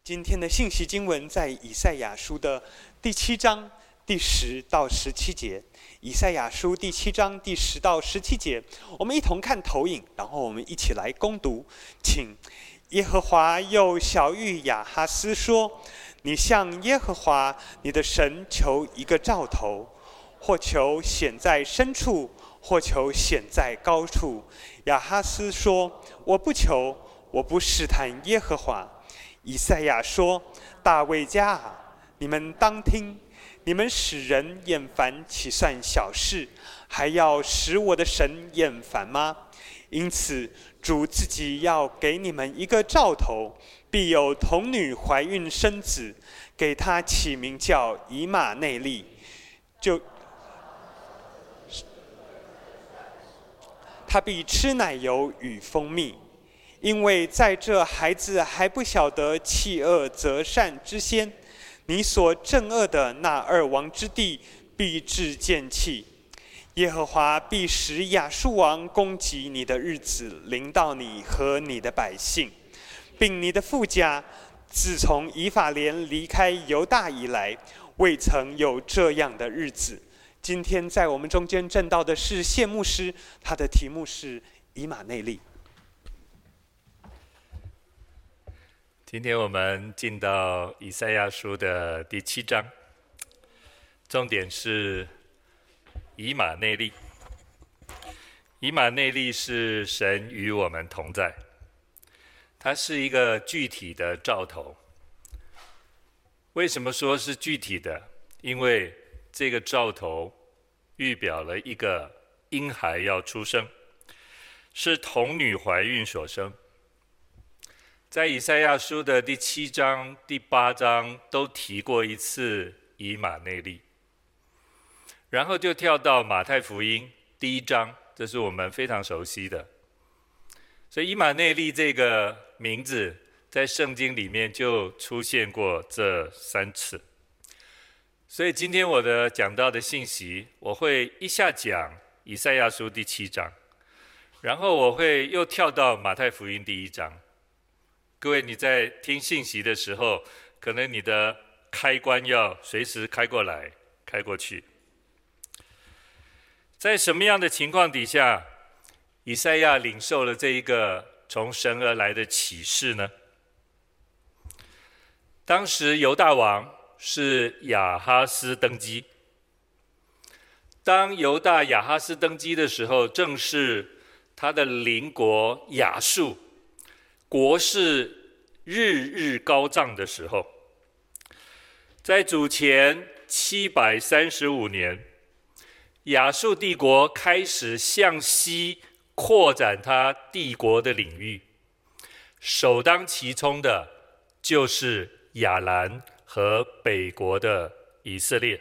今天的信息经文在以赛亚书的第7章第10到17节。以赛亚书第7章第10到17节，我们一同看投影，然后我们一起来攻读。请耶和华又晓谕亚哈斯说：你向耶和华你的神求一个兆头，或求显在深处，或求显在高处。亚哈斯说：我不求，我不试探耶和华。以赛亚说：大卫家啊，你们当听，你们使人厌烦岂算小事，还要使我的神厌烦吗？因此主自己要给你们一个兆头，必有童女怀孕生子，给他起名叫以马内利，他必吃奶油与蜂蜜。因为在这孩子还不晓得弃恶择善之先，你所憎恶的那2王之地必致见弃。耶和华必使亚述王攻击你的日子临到你和你的百姓，并你的父家。自从以法莲离开犹大以来，未曾有这样的日子。今天在我们中间证道的是谢牧师，他的题目是以马内利。 今天我们进到以赛亚书的第7章，重点是以马内利。以马内利是神与我们同在，它是一个具体的兆头。为什么说是具体的？因为这个兆头预表了一个婴孩要出生，是童女怀孕所生。在以赛亚书的第7章、第8章都提过一次以马内利，然后就跳到马太福音第1章，这是我们非常熟悉的。所以以马内利这个名字在圣经里面就出现过这3次。所以今天我的讲到的信息，我会一下讲以赛亚书第7章，然后我会又跳到马太福音第1章。各位，你在听信息的时候，可能你的开关要随时开过来、开过去。在什么样的情况底下，以赛亚领受了这一个从神而来的启示呢？当时犹大王是亚哈斯登基。当犹大亚哈斯登基的时候，正是他的邻国亚述国势日日高涨的时候。在主前735年，亚述帝国开始向西扩展他帝国的领域，首当其冲的就是亚兰和北国的以色列。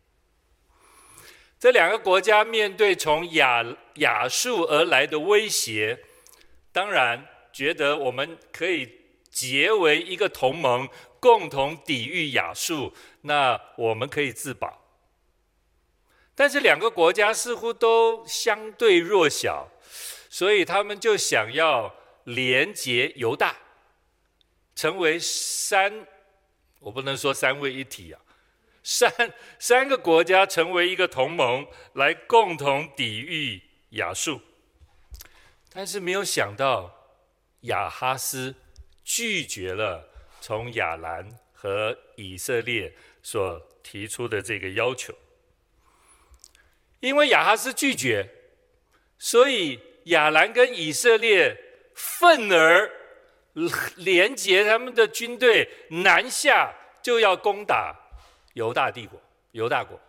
这2个国家面对从亚述而来的威胁，当然觉得我们可以结为一个同盟，共同抵御亚述，那我们可以自保。但是2个国家似乎都相对弱小，所以他们就想要联结犹大，成为我不能说3位一体啊，三个国家成为一个同盟，来共同抵御亚述。但是没有想到亚哈斯拒绝了从亚兰和以色列所提出的这个要求。因为亚哈斯拒绝，所以亚兰跟以色列愤而联结他们的军队南下，就要攻打犹大国。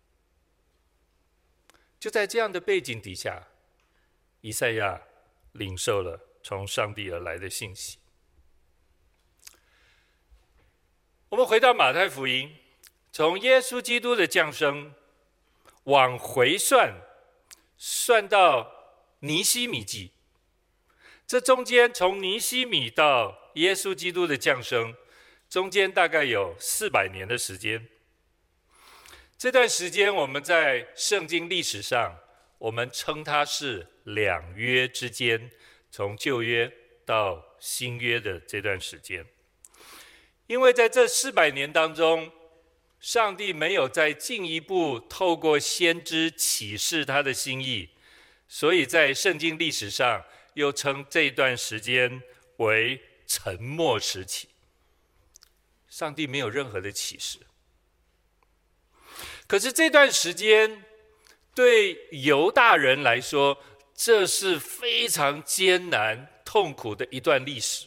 就在这样的背景底下，以赛亚领受了从上帝而来的信息。我们回到马太福音，从耶稣基督的降生往回算到尼希米记，这中间从尼希米到耶稣基督的降生，中间大概有400年的时间。这段时间我们在圣经历史上，我们称它是2约之间，从旧约到新约的这段时间。 因为在这400年当中，上帝没有再进一步透过先知启示他的心意，所以在圣经历史上又称这段时间为沉默时期。上帝没有任何的启示。可是这段时间对犹大人来说，这是非常艰难痛苦的一段历史。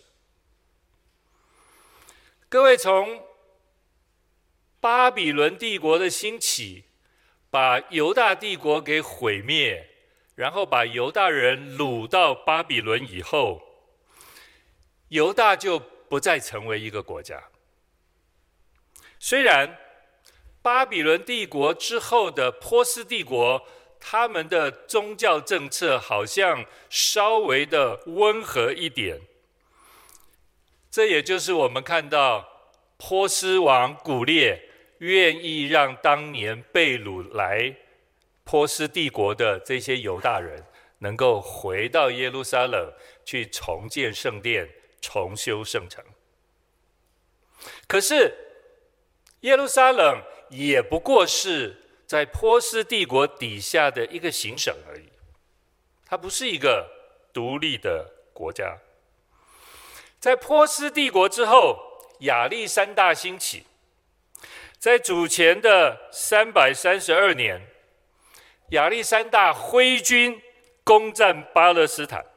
各位，从巴比伦帝国的兴起，把犹大帝国给毁灭，然后把犹大人掳到巴比伦以后，犹大就不再成为一个国家。虽然巴比伦帝国之后的波斯帝国，他们的宗教政策好像稍微的温和一点，这也就是我们看到波斯王古列愿意让当年被掳来波斯帝国的这些犹大人能够回到耶路撒冷去重建圣殿，重修圣城。可是耶路撒冷也不过是在波斯帝国底下的一个行省而已，它不是一个独立的国家。在波斯帝国之后，亚历山大兴起，在主前的332年，亚历山大挥军攻占巴勒斯坦。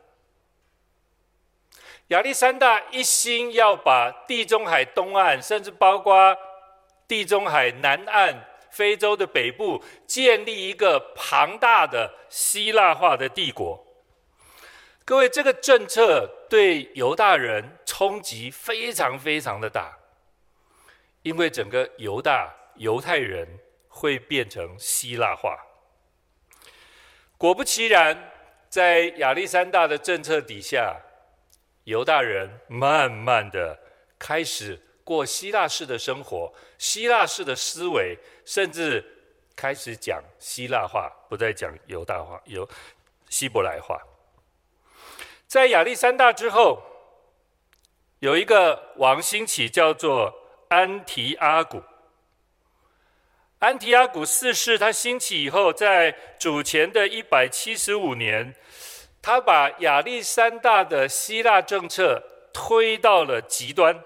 亚历山大一心要把地中海东岸，甚至包括地中海南岸、非洲的北部，建立一个庞大的希腊化的帝国。各位，这个政策对犹大人冲击非常非常的大，因为整个犹太人会变成希腊化。果不其然，在亚历山大的政策底下，犹大人慢慢的开始过希腊式的生活，希腊式的思维，甚至开始讲希腊话，不再讲犹大话、希伯来话。在亚历山大之后，有一个王兴起，叫做安提阿古。安提阿古4世他兴起以后，在主前的175年，他把亚历山大的希腊政策推到了极端。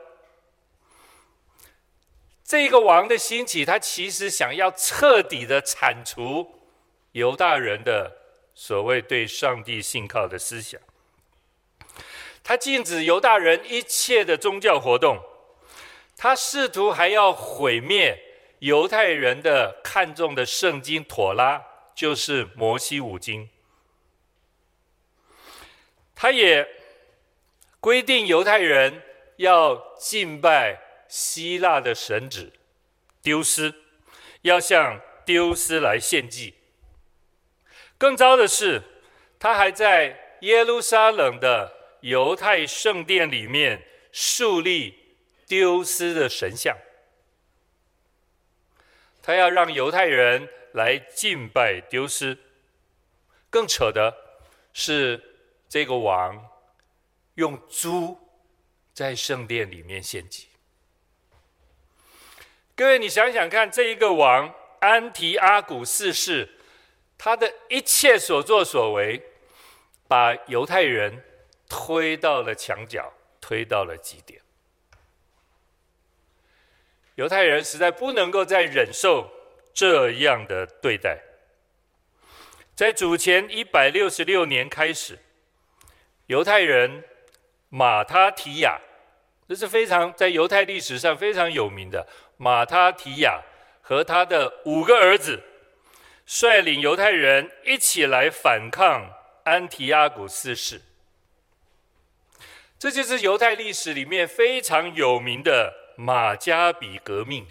这个王的兴起，他其实想要彻底的铲除犹大人的所谓对上帝信靠的思想。他禁止犹大人一切的宗教活动，他试图还要毁灭犹太人的看重的圣经妥拉，就是摩西五经。他也规定犹太人要敬拜希腊的神祇丢斯，要向丢斯来献祭。更糟的是，他还在耶路撒冷的犹太圣殿里面树立丢斯的神像，他要让犹太人来敬拜丢斯。更扯的是，这个王用猪在圣殿里面献祭。各位，你想想看，这一个王安提阿古4世，他的一切所作所为，把犹太人推到了墙角，推到了极点。犹太人实在不能够再忍受这样的对待。在主前166年开始，犹太人马他提亚，这是非常在犹太历史上非常有名的，马他提亚和他的5个儿子，率领犹太人一起来反抗安提阿古4世。这就是犹太历史里面非常有名的马加比革命。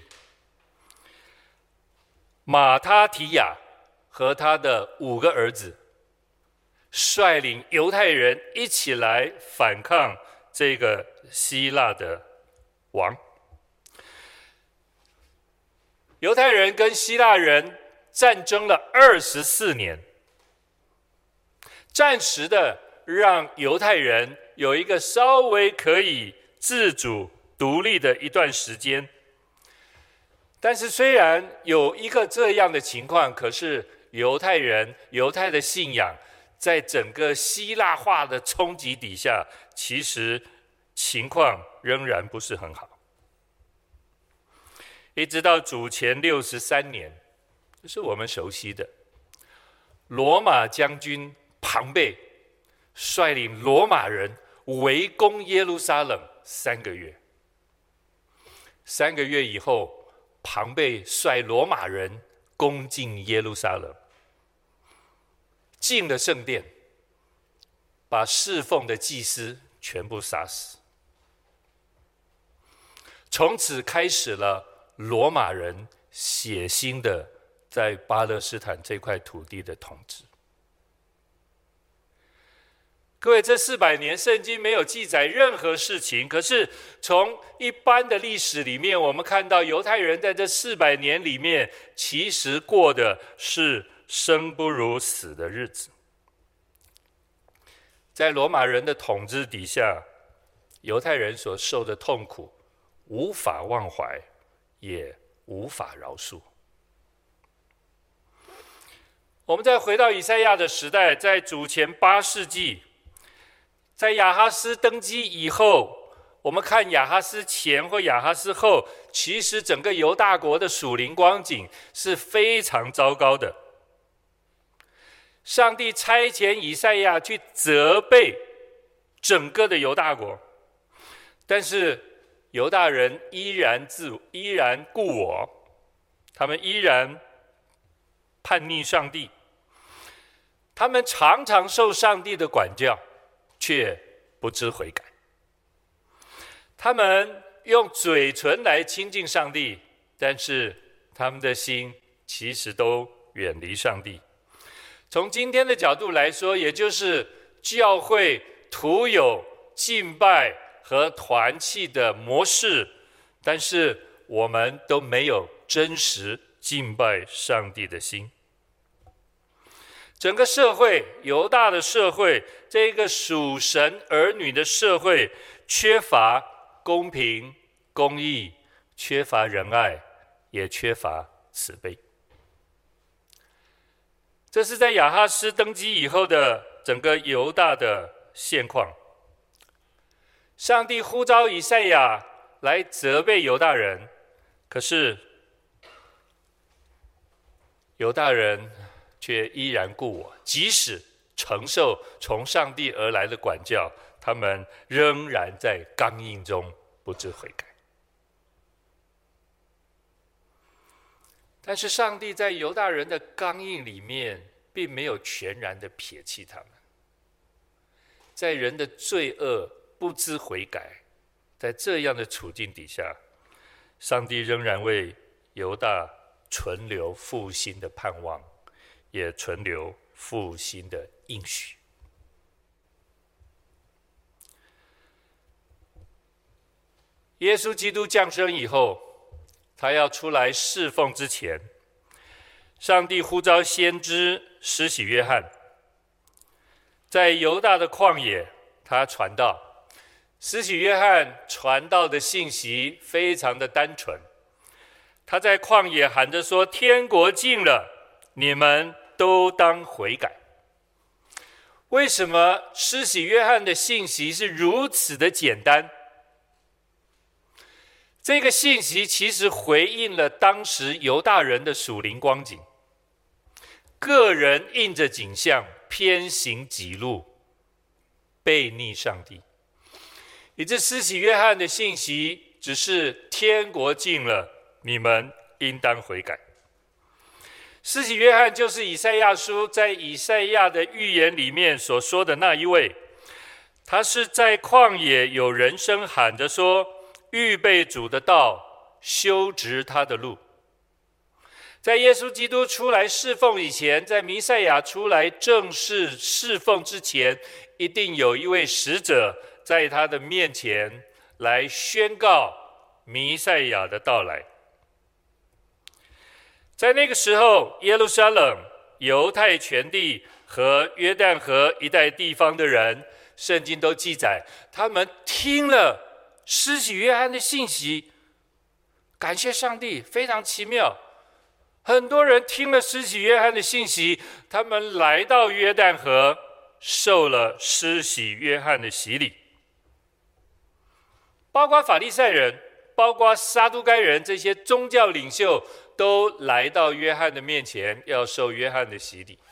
马他提亚和他的5个儿子率领犹太人一起来反抗这个希腊的王。犹太人跟希腊人战争了24年，暂时的让犹太人有一个稍微可以自主独立的一段时间。但是虽然有一个这样的情况，可是犹太的信仰在整个希腊化的冲击底下，其实情况仍然不是很好。一直到主前63年，这是我们熟悉的罗马将军庞贝率领罗马人围攻耶路撒冷3个月。3个月以后，庞贝率罗马人攻进耶路撒冷，进了圣殿，把侍奉的祭司全部杀死。从此开始了罗马人血腥的在巴勒斯坦这块土地的统治。各位，这400年圣经没有记载任何事情，可是从一般的历史里面，我们看到犹太人在这400年里面，其实过的是生不如死的日子。在罗马人的统治底下，犹太人所受的痛苦无法忘怀，也无法饶恕。我们再回到以赛亚的时代，在主前8世纪，在亚哈斯登基以后，我们看亚哈斯前或亚哈斯后，其实整个犹大国的属灵光景是非常糟糕的。上帝差遣以赛亚去责备整个的犹大国，但是犹大人依然故我，他们依然叛逆上帝，他们常常受上帝的管教，却不知悔改。他们用嘴唇来亲近上帝，但是他们的心其实都远离上帝。从今天的角度来说，也就是教会徒有敬拜和团契的模式，但是我们都没有真实敬拜上帝的心。整个社会，犹大的社会，这个属神儿女的社会，缺乏公平公义，缺乏仁爱，也缺乏慈悲。这是在亚哈斯登基以后的整个犹大的现况。上帝呼召以赛亚来责备犹大人，可是犹大人却依然故我，即使承受从上帝而来的管教，他们仍然在刚硬中不知悔改。但是上帝在犹大人的刚硬里面，并没有全然的撇弃他们。在人的罪恶不知悔改，在这样的处境底下，上帝仍然为犹大存留复兴的盼望，也存留复兴的应许。耶稣基督降生以后，他要出来侍奉之前，上帝呼召先知施洗约翰，在犹大的旷野，他传道。施洗约翰传道的信息非常的单纯，他在旷野喊着说：“天国近了，你们都当悔改。”为什么施洗约翰的信息是如此的简单？这个信息其实回应了当时犹大人的属灵光景，个人应着景象，偏行己路，悖逆上帝。以致施洗约翰的信息只是天国近了，你们应当悔改。施洗约翰就是以赛亚书在以赛亚的预言里面所说的那一位，他是在旷野有人声喊着说：“预备主的道，修直他的路。”在耶稣基督出来侍奉以前，在弥赛亚出来正式侍奉之前，一定有一位使者在他的面前来宣告弥赛亚的到来。在那个时候，耶路撒冷、犹太全地和约旦河一带地方的人，圣经都记载，他们听了施洗约翰的信息，感谢上帝，非常奇妙。很多人听了施洗约翰的信息，他们来到约旦河，受了施洗约翰的洗礼。包括法利赛人，包括撒都该人，这些宗教领袖都来到约翰的面前，要受约翰的洗礼。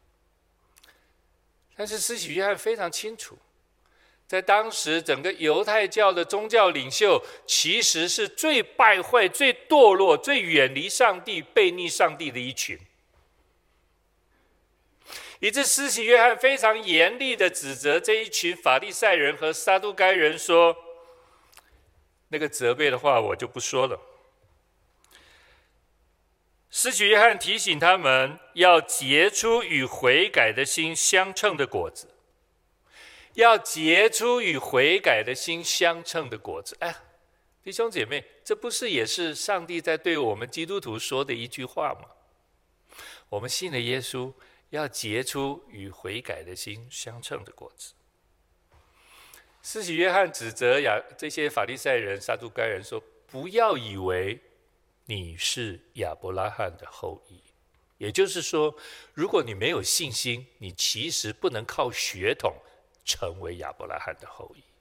但是施洗约翰非常清楚，在当时整个犹太教的宗教领袖其实是最败坏、最堕落、最远离上帝、悖逆上帝的一群，以致施洗约翰非常严厉地指责这一群法利赛人和撒都该人说，那个责备的话我就不说了。施洗约翰提醒他们要结出与悔改的心相称的果子，要结出与悔改的心相称的果子。哎，弟兄姐妹，这不是也是上帝在对我们基督徒说的一句话吗？我们信了耶稣，要结出与悔改的心相称的果子。施洗约翰指责这些法利赛人、撒都该人说，不要以为你是亚伯拉罕的后裔。也就是说，如果你没有信心，你其实不能靠血统成为亚伯拉罕的后裔。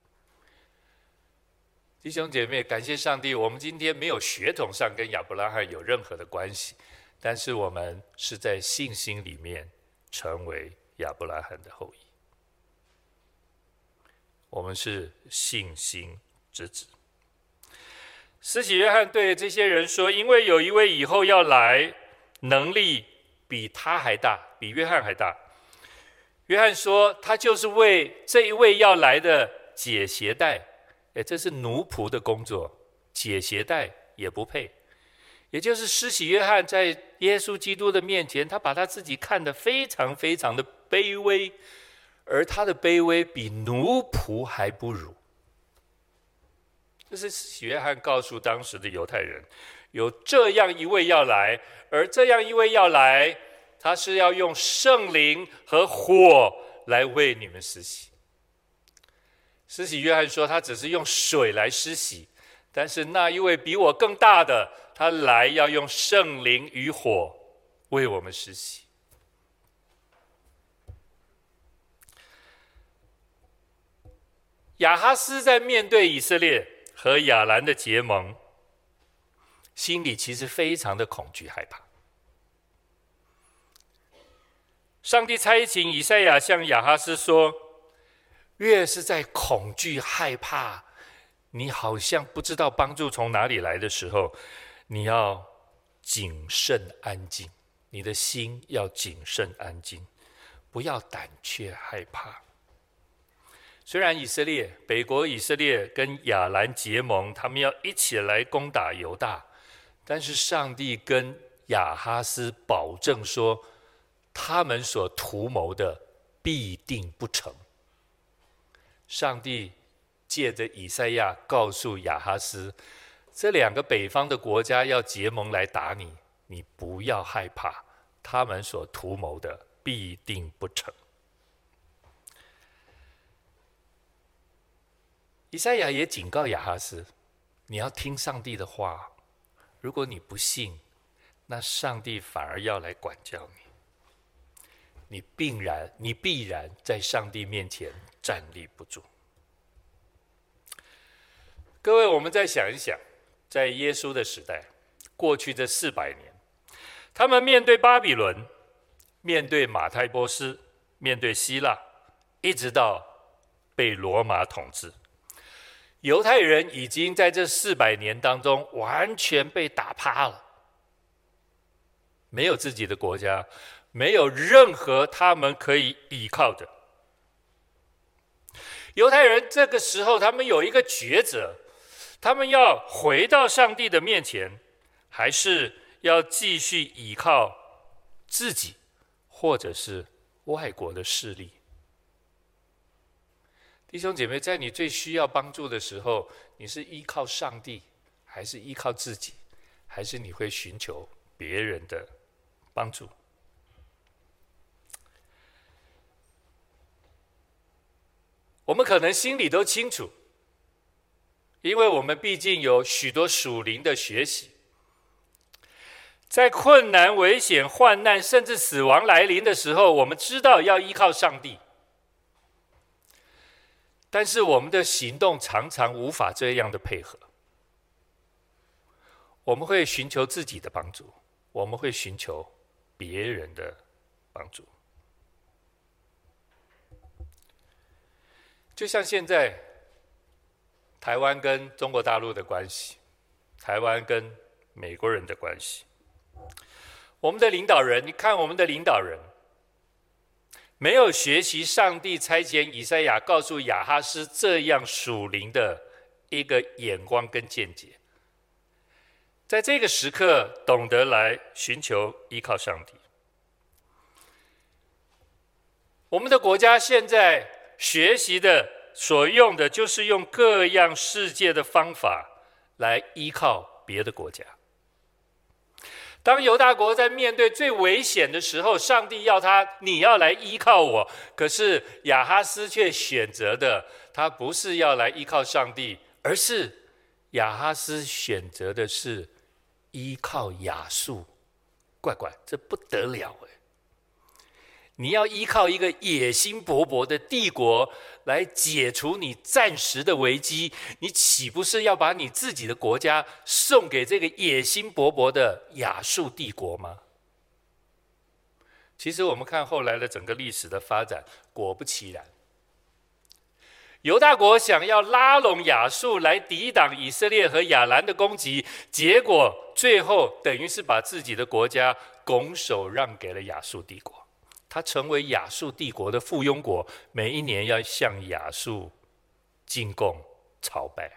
弟兄姐妹，感谢上帝，我们今天没有血统上跟亚伯拉罕有任何的关系，但是我们是在信心里面成为亚伯拉罕的后裔。我们是信心之子。施洗约翰对这些人说，因为有一位以后要来，能力比他还大，比约翰还大。约翰说，他就是为这一位要来的解鞋带。这是奴仆的工作，解鞋带也不配。也就是施洗约翰在耶稣基督的面前，他把他自己看得非常非常的卑微，而他的卑微比奴仆还不如。这是施洗约翰告诉当时的犹太人，有这样一位要来，而这样一位要来，他是要用圣灵和火来为你们施洗。施洗约翰说，他只是用水来施洗，但是那一位比我更大的，他来要用圣灵与火为我们施洗。亚哈斯在面对以色列和亚兰的结盟，心里其实非常的恐惧害怕。上帝差遣以赛亚向亚哈斯说，越是在恐惧害怕，你好像不知道帮助从哪里来的时候，你要谨慎安静，你的心要谨慎安静，不要胆怯害怕。虽然北国以色列跟亚兰结盟，他们要一起来攻打犹大，但是上帝跟亚哈斯保证说，他们所图谋的必定不成。上帝借着以赛亚告诉亚哈斯，这两个北方的国家要结盟来打你，你不要害怕，他们所图谋的必定不成。以赛亚也警告亚哈斯，你要听上帝的话，如果你不信，那上帝反而要来管教你，你必然在上帝面前站立不住。各位，我们再想一想，在耶稣的时代，过去这400年，他们面对巴比伦，面对马太波斯，面对希腊，一直到被罗马统治。犹太人已经在这400年当中完全被打趴了，没有自己的国家，没有任何他们可以依靠的。犹太人这个时候，他们有一个抉择，他们要回到上帝的面前，还是要继续依靠自己，或者是外国的势力？弟兄姐妹，在你最需要帮助的时候，你是依靠上帝，还是依靠自己，还是你会寻求别人的帮助？我们可能心里都清楚， 因为我们毕竟有许多属灵的学习。在困难、危险、患难，甚至死亡来临的时候，我们知道要依靠上帝。但是我们的行动常常无法这样的配合。我们会寻求自己的帮助，我们会寻求别人的帮助。就像现在台湾跟中国大陆的关系，台湾跟美国人的关系，我们的领导人，你看我们的领导人没有学习上帝差遣以赛亚告诉亚哈斯这样属灵的一个眼光跟见解，在这个时刻懂得来寻求依靠上帝。我们的国家现在学习的所用的就是用各样世界的方法来依靠别的国家。当犹大国在面对最危险的时候，上帝要你要来依靠我，可是亚哈斯却选择的，他不是要来依靠上帝，而是亚哈斯选择的是依靠亚述。乖乖，这不得了哎！你要依靠一个野心勃勃的帝国来解除你暂时的危机，你岂不是要把你自己的国家送给这个野心勃勃的亚述帝国吗？其实我们看后来的整个历史的发展，果不其然，犹大国想要拉拢亚述来抵挡以色列和亚兰的攻击，结果最后等于是把自己的国家拱手让给了亚述帝国。他成为亚述帝国的附庸国，每一年要向亚述进贡朝拜。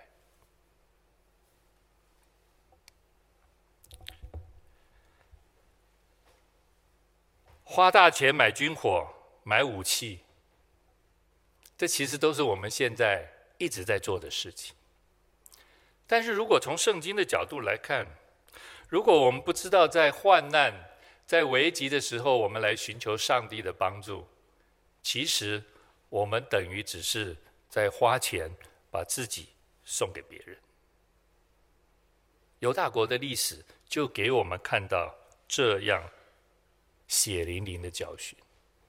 花大钱买军火、买武器，这其实都是我们现在一直在做的事情。但是如果从圣经的角度来看，如果我们不知道在患难、在危急的时候，我们来寻求上帝的帮助，其实我们等于只是在花钱把自己送给别人。犹大国的历史就给我们看到这样血淋淋的教训：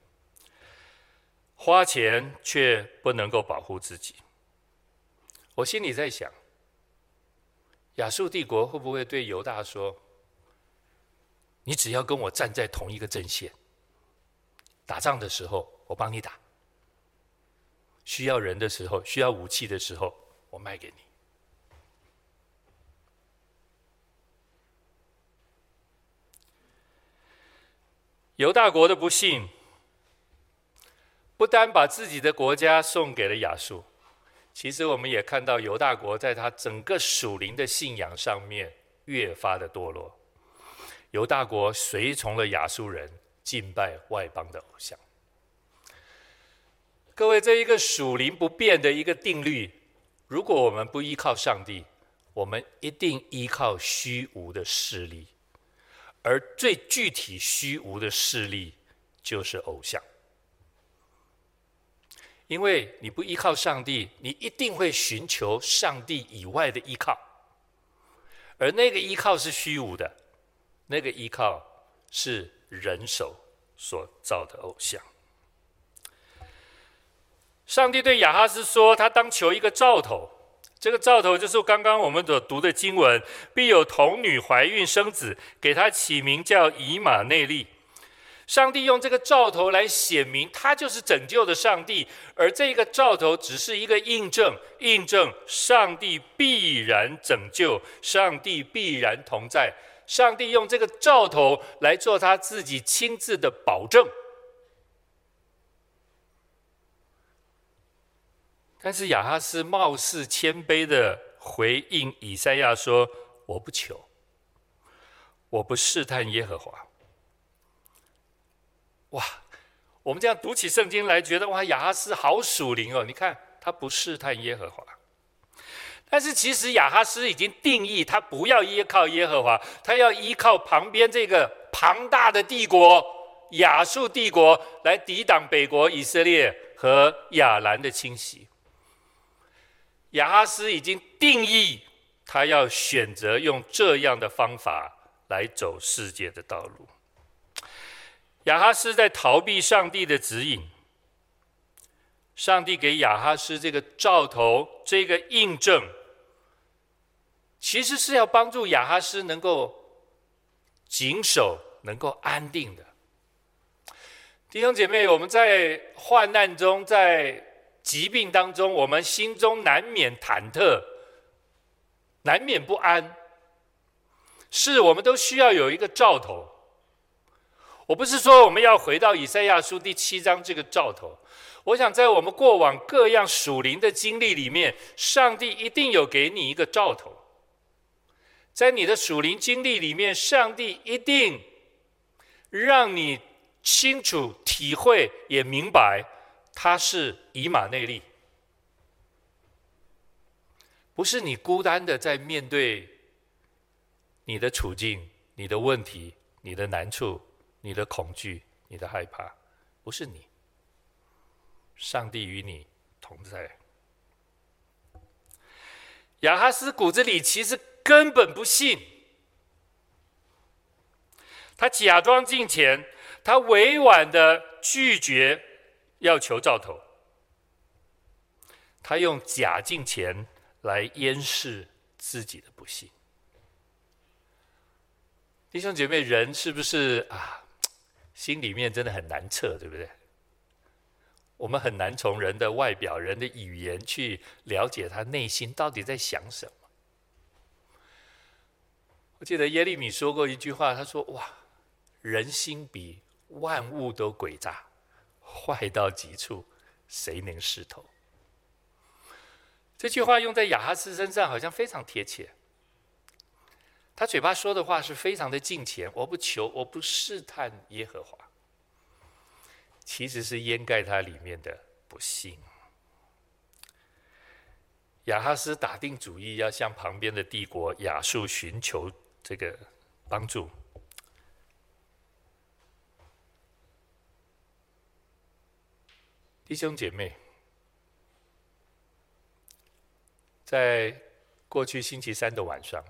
花钱却不能够保护自己。我心里在想，亚述帝国会不会对犹大说，你只要跟我站在同一个阵线，打仗的时候我帮你打，需要人的时候，需要武器的时候，我卖给你。犹大国的不幸，不单把自己的国家送给了亚述，其实我们也看到犹大国在他整个属灵的信仰上面越发的堕落。犹大国随从了亚述人，敬拜外邦的偶像。各位，这一个属灵不变的一个定律，如果我们不依靠上帝，我们一定依靠虚无的势力，而最具体虚无的势力就是偶像。因为你不依靠上帝，你一定会寻求上帝以外的依靠，而那个依靠是虚无的，那个依靠是人手所造的偶像。上帝对亚哈斯说，他当求一个兆头，这个兆头就是刚刚我们所读的经文，必有童女怀孕生子，给他起名叫以马内利。上帝用这个兆头来显明他就是拯救的上帝，而这个兆头只是一个印证上帝必然拯救，上帝必然同在。上帝用这个兆头来做他自己亲自的保证。但是亚哈斯貌似谦卑的回应以赛亚说，我不求，我不试探耶和华。哇，我们这样读起圣经来觉得，哇，亚哈斯好属灵哦，你看他不试探耶和华。但是其实亚哈斯已经定义，他不要依靠耶和华，他要依靠旁边这个庞大的帝国亚述帝国来抵挡北国以色列和亚兰的侵袭。 亚哈斯已经定义他要选择用这样的方法来走世界的道路。亚哈斯在逃避上帝的指引，上帝给亚哈斯这个兆头，这个印证，其实是要帮助亚哈斯能够谨守，能够安定的。弟兄姐妹，我们在患难中，在疾病当中，我们心中难免忐忑，难免不安，是我们都需要有一个兆头。我不是说我们要回到以赛亚书第7章这个兆头，我想在我们过往各样属灵的经历里面，上帝一定有给你一个兆头。在你的属灵经历里面，上帝一定让你清楚体会也明白，他是以马内利，不是你孤单的在面对你的处境、你的问题、你的难处、你的恐惧、你的害怕，不是你，上帝与你同在。亚哈斯骨子里其实根本不信，他假装敬虔，他委婉的拒绝要求兆头，他用假敬虔来掩饰自己的不信。弟兄姐妹，人是不是心里面真的很难测，对不对？我们很难从人的外表、人的语言去了解他内心到底在想什么。我记得耶利米说过一句话，他说：哇，人心比万物都诡诈，坏到极处，谁能识透？这句话用在亚哈斯身上好像非常贴切。他嘴巴说的话是非常的敬虔，我不求，我不试探耶和华，其实是掩盖他里面的不信。亚哈斯打定主意要向旁边的帝国亚述寻求这个帮助。弟兄姐妹，在过去星期三的晚上，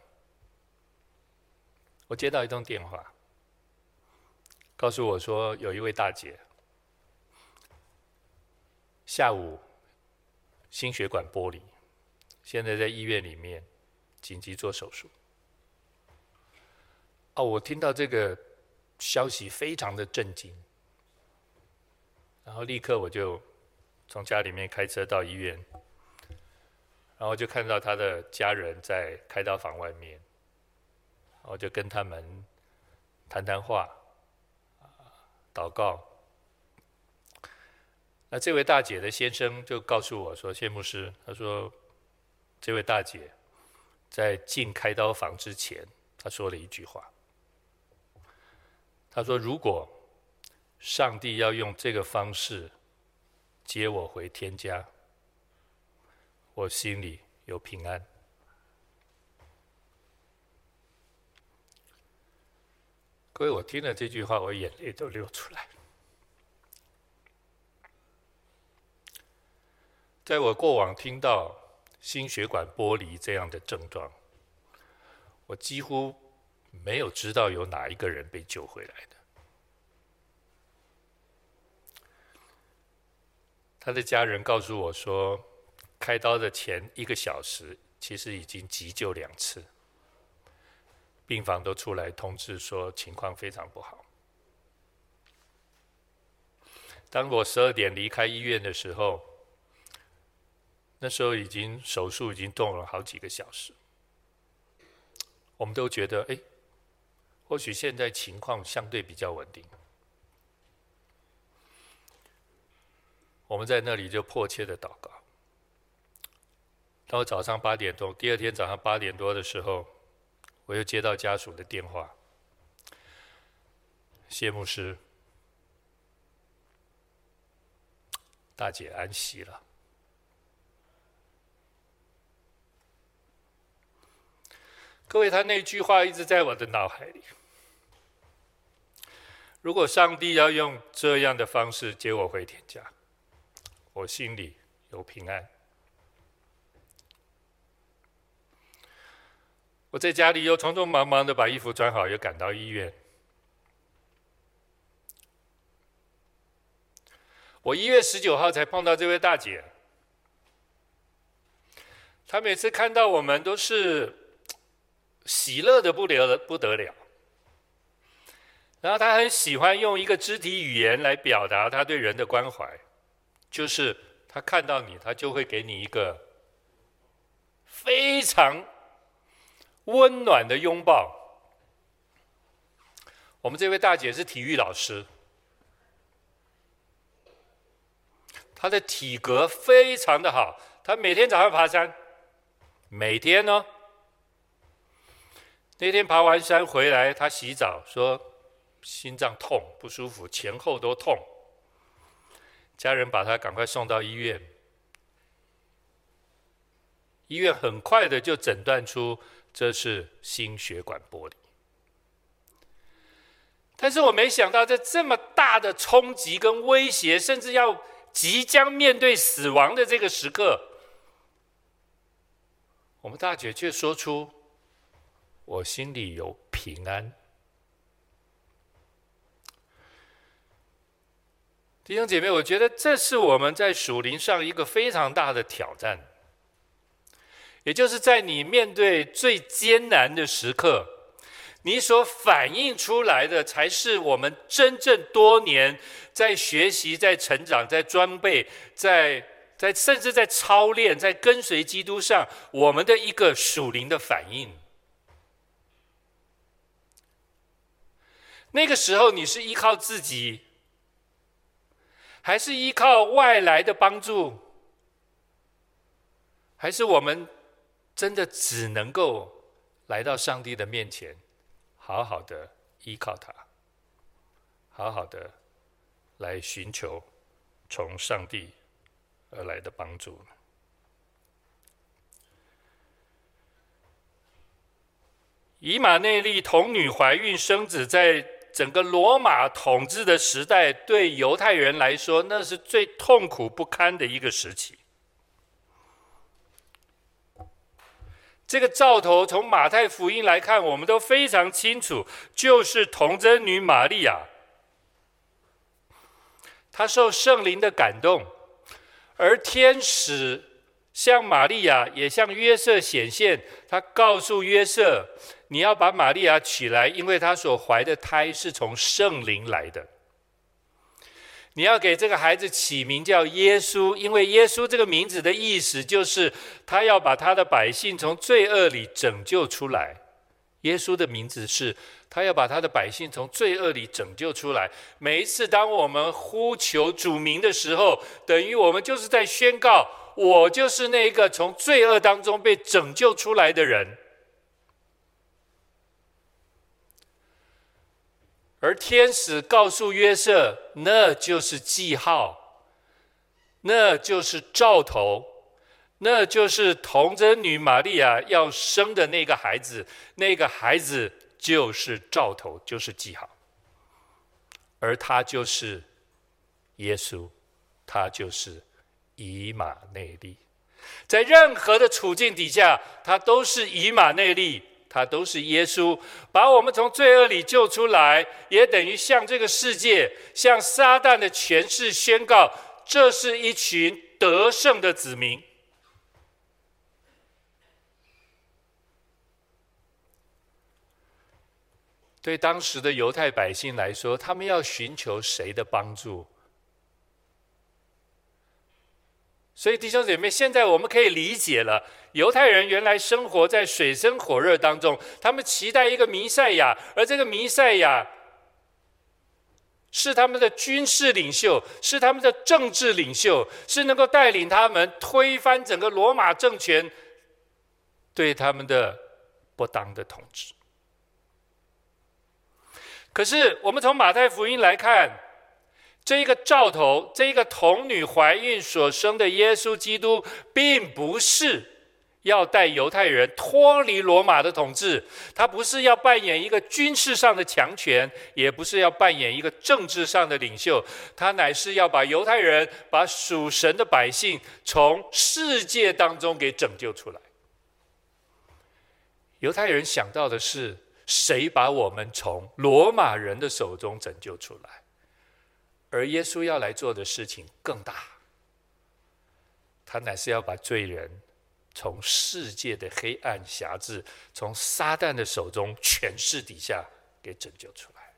我接到一通电话，告诉我说有一位大姐下午心血管剥离，现在在医院里面紧急做手术。我听到这个消息非常的震惊，然后立刻我就从家里面开车到医院，然后就看到他的家人在开刀房外面，我就跟他们谈谈话，祷告。那这位大姐的先生就告诉我说，谢牧师，他说这位大姐在进开刀房之前，她说了一句话，他说如果上帝要用这个方式接我回天家，我心里有平安。各位，我听了这句话，我眼泪都流出来。在我过往听到心血管剥离这样的症状，我几乎没有知道有哪一个人被救回来的。他的家人告诉我说，开刀的前1个小时，其实已经急救2次，病房都出来通知说情况非常不好。当我12点离开医院的时候，那时候手术已经动了好几个小时，我们都觉得或许现在情况相对比较稳定。我们在那里就迫切的祷告。到早上8点多，第二天早上8点多的时候，我又接到家属的电话，谢牧师，大姐安息了。各位，他那句话一直在我的脑海里。如果上帝要用这样的方式接我回天家，我心里有平安。 我在家里又匆匆忙忙的把衣服穿好，又赶到医院。我1月19号才碰到这位大姐，她每次看到我们都是喜乐的不得了，然后她很喜欢用一个肢体语言来表达她对人的关怀，就是她看到你，她就会给你一个非常温暖的拥抱。我们这位大姐是体育老师，她的体格非常的好，她每天早上爬山，每天呢。那天爬完山回来，她洗澡说心脏痛不舒服，前后都痛，家人把她赶快送到医院。医院很快的就诊断出这是心血管剥离。但是我没想到，在这么大的冲击跟威胁，甚至要即将面对死亡的这个时刻，我们大姐却说出我心里有平安。弟兄姐妹，我觉得这是我们在属灵上一个非常大的挑战，也就是在你面对最艰难的时刻，你所反映出来的才是我们真正多年在学习、在成长、在装备、甚至在操练、在跟随基督上，我们的一个属灵的反应。那个时候你是依靠自己，还是依靠外来的帮助？还是我们真的只能够来到上帝的面前，好好的依靠他，好好的来寻求从上帝而来的帮助？以马内利童女怀孕生子，在整个罗马统治的时代，对犹太人来说，那是最痛苦不堪的一个时期。这个兆头从马太福音来看，我们都非常清楚，就是童贞女玛利亚，她受圣灵的感动，而天使向玛利亚也向约瑟显现，他告诉约瑟，你要把玛利亚娶来，因为她所怀的胎是从圣灵来的。你要给这个孩子起名叫耶稣，因为耶稣这个名字的意思就是他要把他的百姓从罪恶里拯救出来。耶稣的名字是他要把他的百姓从罪恶里拯救出来。每一次当我们呼求主名的时候，等于我们就是在宣告，我就是那个从罪恶当中被拯救出来的人。而天使告诉约瑟，那就是记号，那就是兆头，那就是童贞女玛利亚要生的那个孩子，那个孩子就是兆头，就是记号，而他就是耶稣，他就是以马内利。在任何的处境底下，他都是以马内利，他都是耶稣，把我们从罪恶里救出来，也等于向这个世界，向撒旦的权势宣告，这是一群得胜的子民。对当时的犹太百姓来说，他们要寻求谁的帮助？所以弟兄姐妹，现在我们可以理解了，犹太人原来生活在水深火热当中，他们期待一个弥赛亚，而这个弥赛亚是他们的军事领袖，是他们的政治领袖，是能够带领他们推翻整个罗马政权对他们的不当的统治。可是我们从马太福音来看，这一个兆头，这一个童女怀孕所生的耶稣基督，并不是要带犹太人脱离罗马的统治，他不是要扮演一个军事上的强权，也不是要扮演一个政治上的领袖，他乃是要把犹太人，把属神的百姓从世界当中给拯救出来。 犹太人想到的是，谁把我们从罗马人的手中拯救出来？而耶稣要来做的事情更大，他乃是要把罪人从世界的黑暗辖制，从撒旦的手中权势底下给拯救出来。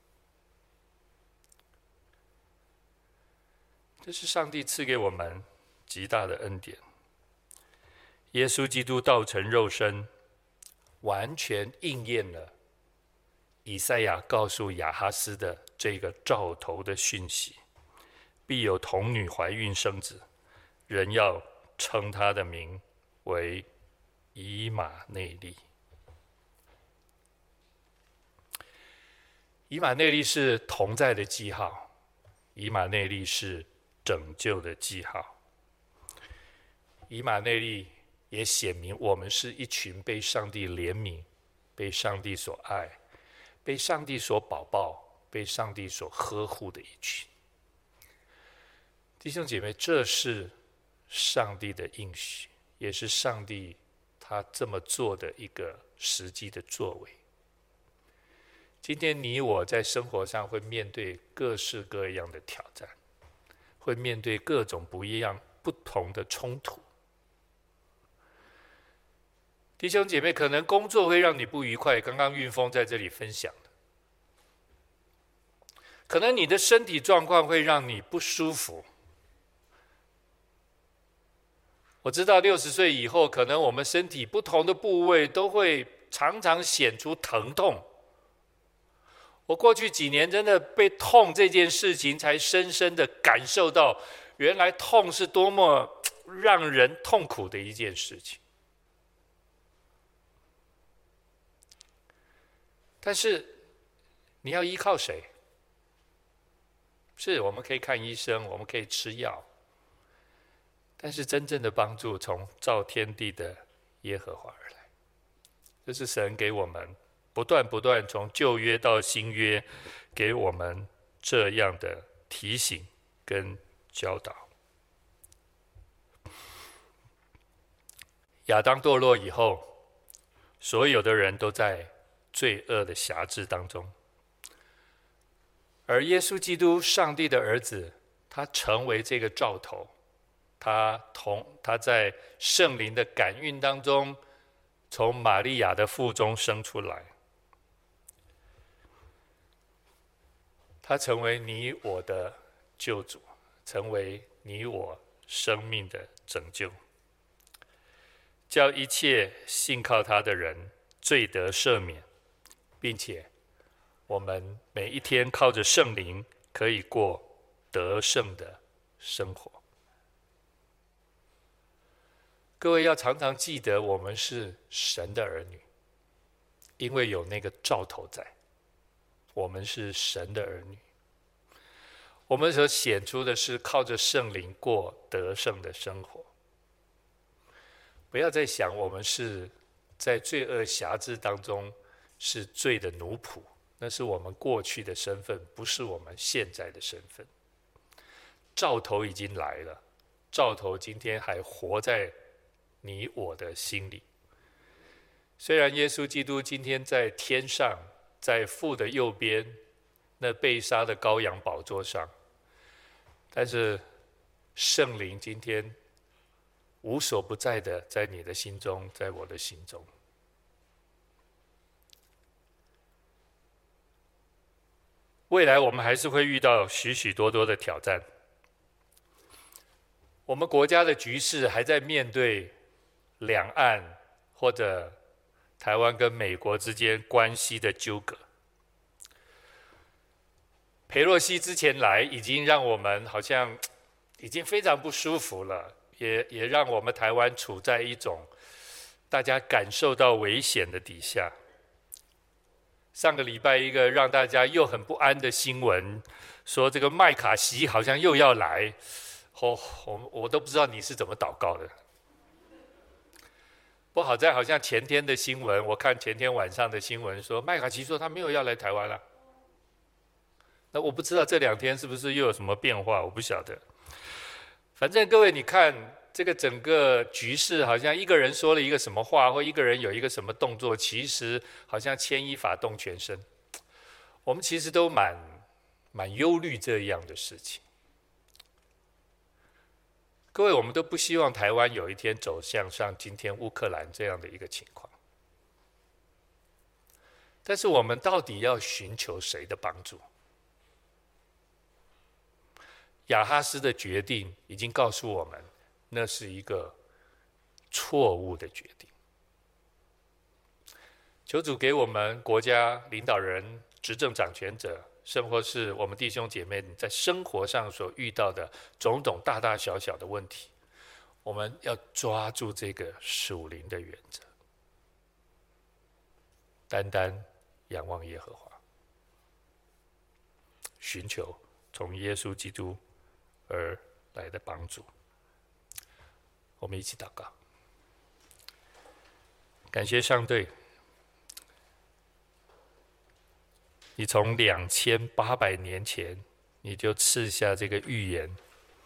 这是上帝赐给我们极大的恩典。耶稣基督道成肉身，完全应验了以赛亚告诉亚哈斯的这个兆头的讯息：必有童女怀孕生子，人要称他的名为以马内利。以马内利是同在的记号，以马内利是拯救的记号。以马内利也显明我们是一群被上帝怜悯、被上帝所爱、被上帝所保抱、被上帝所呵护的一群。弟兄姐妹，这是上帝的应许，也是上帝他这么做的一个实际的作为。今天你我在生活上会面对各式各样的挑战，会面对各种不同的冲突。弟兄姐妹，可能工作会让你不愉快，刚刚运峰在这里分享的。可能你的身体状况会让你不舒服。我知道60岁以后，可能我们身体不同的部位都会常常显出疼痛。我过去几年真的被痛这件事情，才深深的感受到，原来痛是多么让人痛苦的一件事情。但是你要依靠谁？是我们可以看医生，我们可以吃药，但是真正的帮助从造天地的耶和华而来。这是神给我们不断从旧约到新约给我们这样的提醒跟教导。亚当堕落以后，所有的人都在罪恶的辖制当中，而耶稣基督上帝的儿子，他成为这个兆头，他在圣灵的感孕当中，从玛利亚的腹中生出来，他成为你我的救主，成为你我生命的拯救，叫一切信靠他的人罪得赦免，并且我们每一天靠着圣灵可以过得胜的生活。各位要常常记得，我们是神的儿女，因为有那个兆头在。我们是神的儿女，我们所显出的是靠着圣灵过得胜的生活。不要再想我们是在罪恶辖制当中是罪的奴仆，那是我们过去的身份，不是我们现在的身份。兆头已经来了，兆头今天还活在你我的心里。虽然耶稣基督今天在天上，在父的右边那被杀的羔羊宝座上，但是圣灵今天无所不在的在你的心中，在我的心中。未来我们还是会遇到许许多多的挑战。我们国家的局势还在面对两岸或者台湾跟美国之间关系的纠葛。裴洛西之前来，已经让我们好像已经非常不舒服了，也让我们台湾处在一种大家感受到危险的底下。上个礼拜一个让大家又很不安的新闻，说这个麦卡锡好像又要来，我都不知道你是怎么祷告的。不好在好像前天的新闻，我看前天晚上的新闻说，麦卡锡说他没有要来台湾了。那我不知道这2天是不是又有什么变化，我不晓得。反正各位你看， 这个整个局势好像一个人说了一个什么话，或一个人有一个什么动作，其实好像牵一发动全身。我们其实都蛮忧虑这样的事情。各位，我们都不希望台湾有一天走向像今天乌克兰这样的一个情况。但是我们到底要寻求谁的帮助？亚哈斯的决定已经告诉我们，那是一个错误的决定。求主给我们国家领导人、执政掌权者，甚或是我们弟兄姐妹在生活上所遇到的种种大大小小的问题，我们要抓住这个属灵的原则，单单仰望耶和华，寻求从耶稣基督而来的帮助。我们一起祷告。感谢上帝，你从2800年前你就赐下这个预言，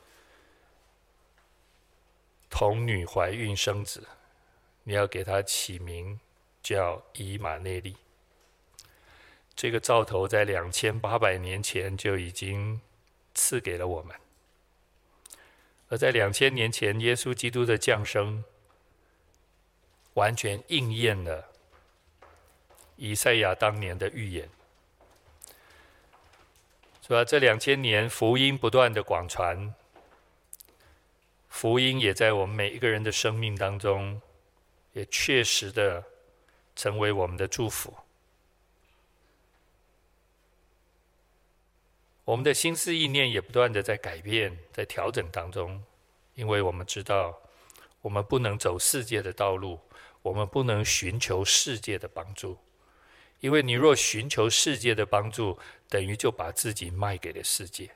童女怀孕生子，你要给他起名叫以马内利。这个兆头在2800年前就已经赐给了我们，而在2000年前，耶稣基督的降生完全应验了以赛亚当年的预言。是吧？这2000年，福音不断的广传，福音也在我们每一个人的生命当中，也确实的成为我们的祝福。我们的心思意念也不断的在改变，在调整当中，因为我们知道，我们不能走世界的道路，我们不能寻求世界的帮助，因为你若寻求世界的帮助，等于就把自己卖给了世界。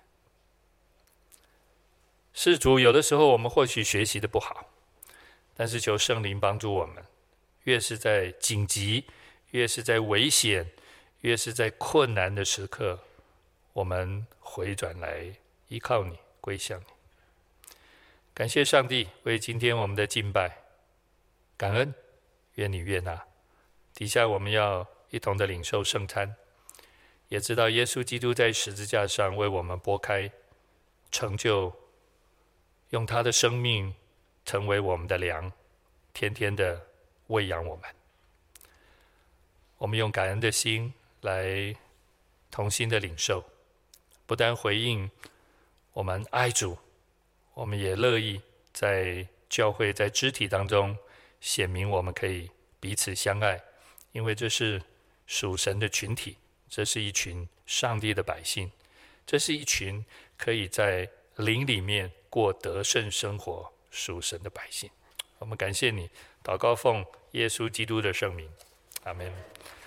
事主，有的时候我们或许学习的不好，但是求圣灵帮助我们，越是在紧急，越是在危险，越是在困难的时刻，我们回转来依靠你，归向你。感谢上帝为今天我们的敬拜感恩，愿你悦纳。底下我们要一同的领受圣餐，也知道耶稣基督在十字架上为我们拨开，成就用他的生命成为我们的粮，天天的喂养我们。我们用感恩的心来同心的领受，不但回应我们爱主，我们也乐意在教会在肢体当中显明我们可以彼此相爱，因为这是属神的群体，这是一群上帝的百姓，这是一群可以在灵里面过得胜生活属神的百姓。我们感谢你，祷告奉耶稣基督的圣名，阿们。